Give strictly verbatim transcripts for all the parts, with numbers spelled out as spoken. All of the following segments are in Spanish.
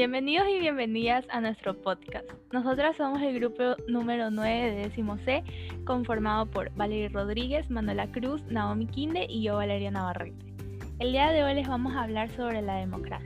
Bienvenidos y bienvenidas a nuestro podcast. Nosotras somos el grupo número nueve de décimo C, conformado por Valeria Rodríguez, Manuela Cruz, Naomi Quinde y yo, Valeria Navarrete. El día de hoy les vamos a hablar sobre la democracia.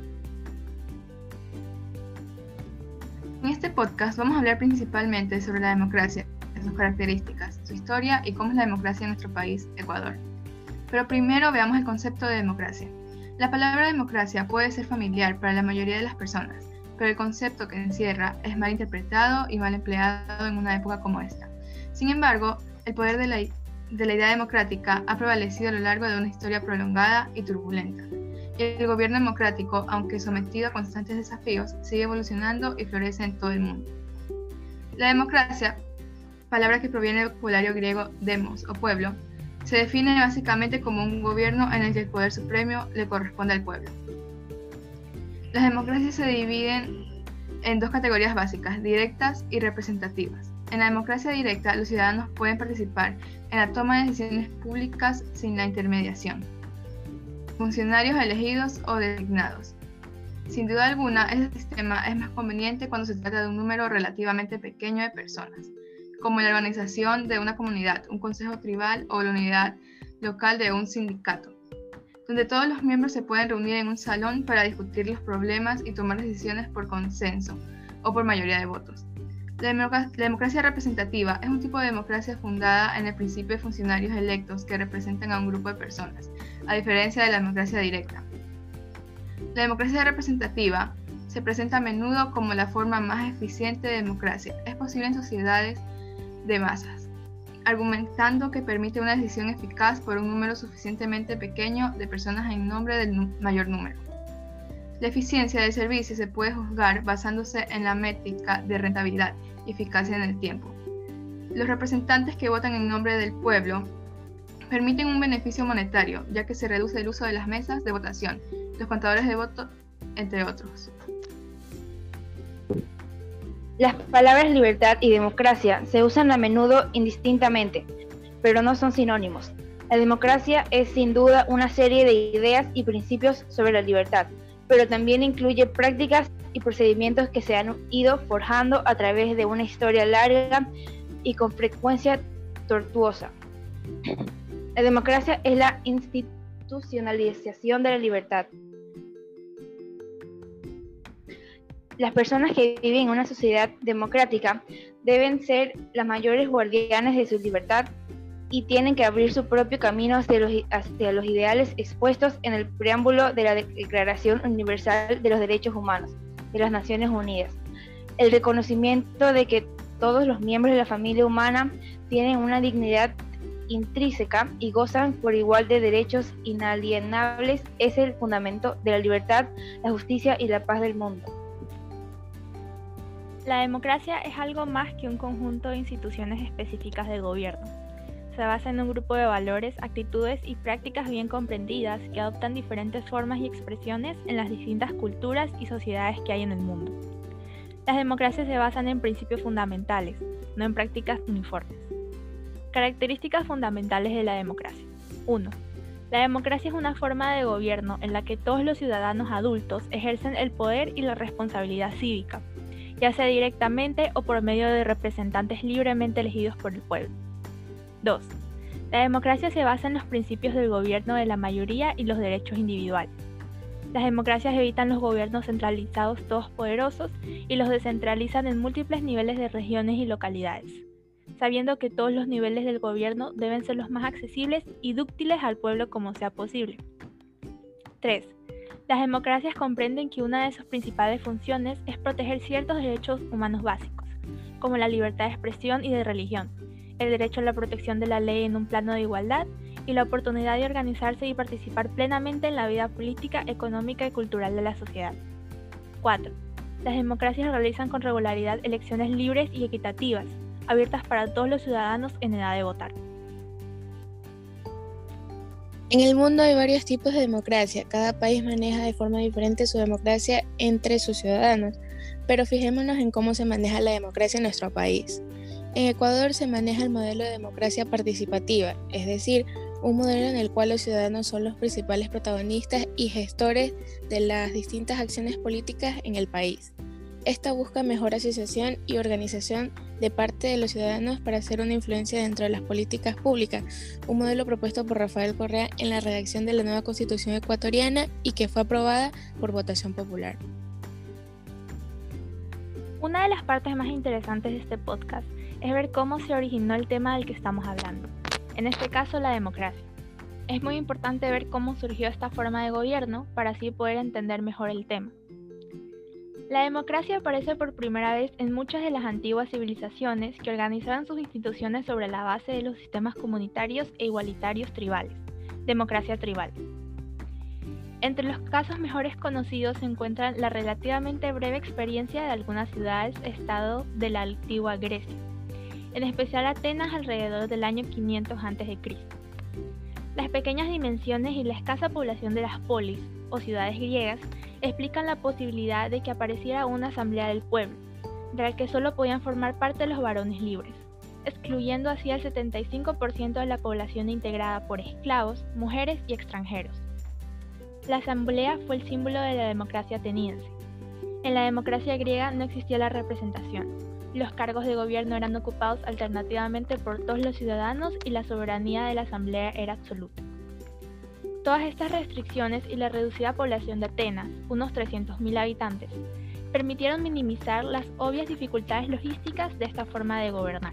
En este podcast vamos a hablar principalmente sobre la democracia, sus características, su historia y cómo es la democracia en nuestro país, Ecuador. Pero primero veamos el concepto de democracia. La palabra democracia puede ser familiar para la mayoría de las personas, pero el concepto que encierra es mal interpretado y mal empleado en una época como esta. Sin embargo, el poder de la, de la idea democrática ha prevalecido a lo largo de una historia prolongada y turbulenta. Y el gobierno democrático, aunque sometido a constantes desafíos, sigue evolucionando y florece en todo el mundo. La democracia, palabra que proviene del vocabulario griego demos o pueblo, se define básicamente como un gobierno en el que el poder supremo le corresponde al pueblo. Las democracias se dividen en dos categorías básicas, directas y representativas. En la democracia directa, los ciudadanos pueden participar en la toma de decisiones públicas sin la intermediación de funcionarios elegidos o designados. Sin duda alguna, este sistema es más conveniente cuando se trata de un número relativamente pequeño de personas, como la organización de una comunidad, un consejo tribal o la unidad local de un sindicato, donde todos los miembros se pueden reunir en un salón para discutir los problemas y tomar decisiones por consenso o por mayoría de votos. La, democ- la democracia representativa es un tipo de democracia fundada en el principio de funcionarios electos que representan a un grupo de personas, a diferencia de la democracia directa. La democracia representativa se presenta a menudo como la forma más eficiente de democracia. Es posible en sociedades de masas, argumentando que permite una decisión eficaz por un número suficientemente pequeño de personas en nombre del nu- mayor número. La eficiencia del servicio se puede juzgar basándose en la métrica de rentabilidad y eficacia en el tiempo. Los representantes que votan en nombre del pueblo permiten un beneficio monetario, ya que se reduce el uso de las mesas de votación, los contadores de votos, entre otros. Las palabras libertad y democracia se usan a menudo indistintamente, pero no son sinónimos. La democracia es sin duda una serie de ideas y principios sobre la libertad, pero también incluye prácticas y procedimientos que se han ido forjando a través de una historia larga y con frecuencia tortuosa. La democracia es la institucionalización de la libertad. Las personas que viven en una sociedad democrática deben ser las mayores guardianes de su libertad y tienen que abrir su propio camino hacia los, hacia los ideales expuestos en el preámbulo de la Declaración Universal de los Derechos Humanos de las Naciones Unidas. El reconocimiento de que todos los miembros de la familia humana tienen una dignidad intrínseca y gozan por igual de derechos inalienables es el fundamento de la libertad, la justicia y la paz del mundo. La democracia es algo más que un conjunto de instituciones específicas del gobierno. Se basa en un grupo de valores, actitudes y prácticas bien comprendidas que adoptan diferentes formas y expresiones en las distintas culturas y sociedades que hay en el mundo. Las democracias se basan en principios fundamentales, no en prácticas uniformes. Características fundamentales de la democracia. uno. La democracia es una forma de gobierno en la que todos los ciudadanos adultos ejercen el poder y la responsabilidad cívica, ya sea directamente o por medio de representantes libremente elegidos por el pueblo. dos. La democracia se basa en los principios del gobierno de la mayoría y los derechos individuales. Las democracias evitan los gobiernos centralizados todos poderosos y los descentralizan en múltiples niveles de regiones y localidades, sabiendo que todos los niveles del gobierno deben ser los más accesibles y dúctiles al pueblo como sea posible. tres. Las democracias comprenden que una de sus principales funciones es proteger ciertos derechos humanos básicos, como la libertad de expresión y de religión, el derecho a la protección de la ley en un plano de igualdad y la oportunidad de organizarse y participar plenamente en la vida política, económica y cultural de la sociedad. cuatro. Las democracias realizan con regularidad elecciones libres y equitativas, abiertas para todos los ciudadanos en edad de votar. En el mundo hay varios tipos de democracia. Cada país maneja de forma diferente su democracia entre sus ciudadanos, pero fijémonos en cómo se maneja la democracia en nuestro país. En Ecuador se maneja el modelo de democracia participativa, es decir, un modelo en el cual los ciudadanos son los principales protagonistas y gestores de las distintas acciones políticas en el país. Esta busca mejor asociación y organización de parte de los ciudadanos para hacer una influencia dentro de las políticas públicas, un modelo propuesto por Rafael Correa en la redacción de la nueva Constitución ecuatoriana y que fue aprobada por votación popular. Una de las partes más interesantes de este podcast es ver cómo se originó el tema del que estamos hablando, en este caso la democracia. Es muy importante ver cómo surgió esta forma de gobierno para así poder entender mejor el tema. La democracia aparece por primera vez en muchas de las antiguas civilizaciones que organizaban sus instituciones sobre la base de los sistemas comunitarios e igualitarios tribales, democracia tribal. Entre los casos mejores conocidos se encuentran la relativamente breve experiencia de algunas ciudades-estado de la antigua Grecia, en especial Atenas alrededor del año quinientos antes de Cristo. Las pequeñas dimensiones y la escasa población de las polis, o ciudades griegas, explican la posibilidad de que apareciera una asamblea del pueblo, de la que solo podían formar parte los varones libres, excluyendo así al setenta y cinco por ciento de la población integrada por esclavos, mujeres y extranjeros. La asamblea fue el símbolo de la democracia ateniense. En la democracia griega no existía la representación. Los cargos de gobierno eran ocupados alternativamente por todos los ciudadanos y la soberanía de la asamblea era absoluta. Todas estas restricciones y la reducida población de Atenas, unos trescientos mil habitantes, permitieron minimizar las obvias dificultades logísticas de esta forma de gobernar.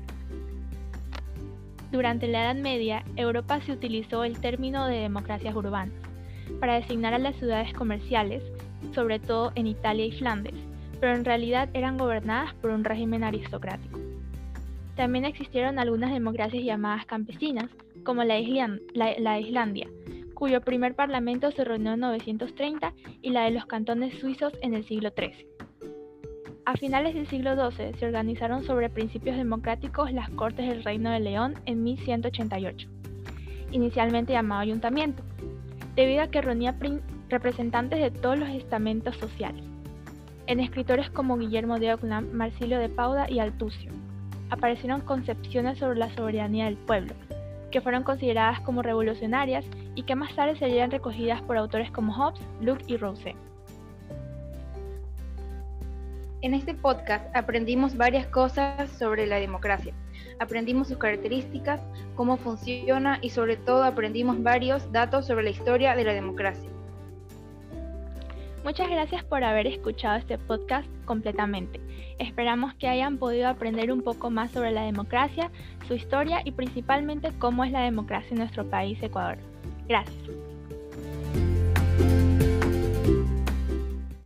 Durante la Edad Media, Europa se utilizó el término de democracias urbanas para designar a las ciudades comerciales, sobre todo en Italia y Flandes, pero en realidad eran gobernadas por un régimen aristocrático. También existieron algunas democracias llamadas campesinas, como la, Island- la, la Islandia, cuyo primer parlamento se reunió en novecientos treinta, y la de los cantones suizos en el siglo trece. A finales del siglo doce se organizaron sobre principios democráticos las Cortes del Reino de León en mil ciento ochenta y ocho, inicialmente llamado ayuntamiento, debido a que reunía representantes de todos los estamentos sociales. En escritores como Guillermo de Ockham, Marsilio de Pauda y Altucio, aparecieron concepciones sobre la soberanía del pueblo, que fueron consideradas como revolucionarias y que más tarde serían recogidas por autores como Hobbes, Locke y Rousseau. En este podcast aprendimos varias cosas sobre la democracia. Aprendimos sus características, cómo funciona y sobre todo aprendimos varios datos sobre la historia de la democracia. Muchas gracias por haber escuchado este podcast completamente. Esperamos que hayan podido aprender un poco más sobre la democracia, su historia y principalmente cómo es la democracia en nuestro país, Ecuador. Gracias.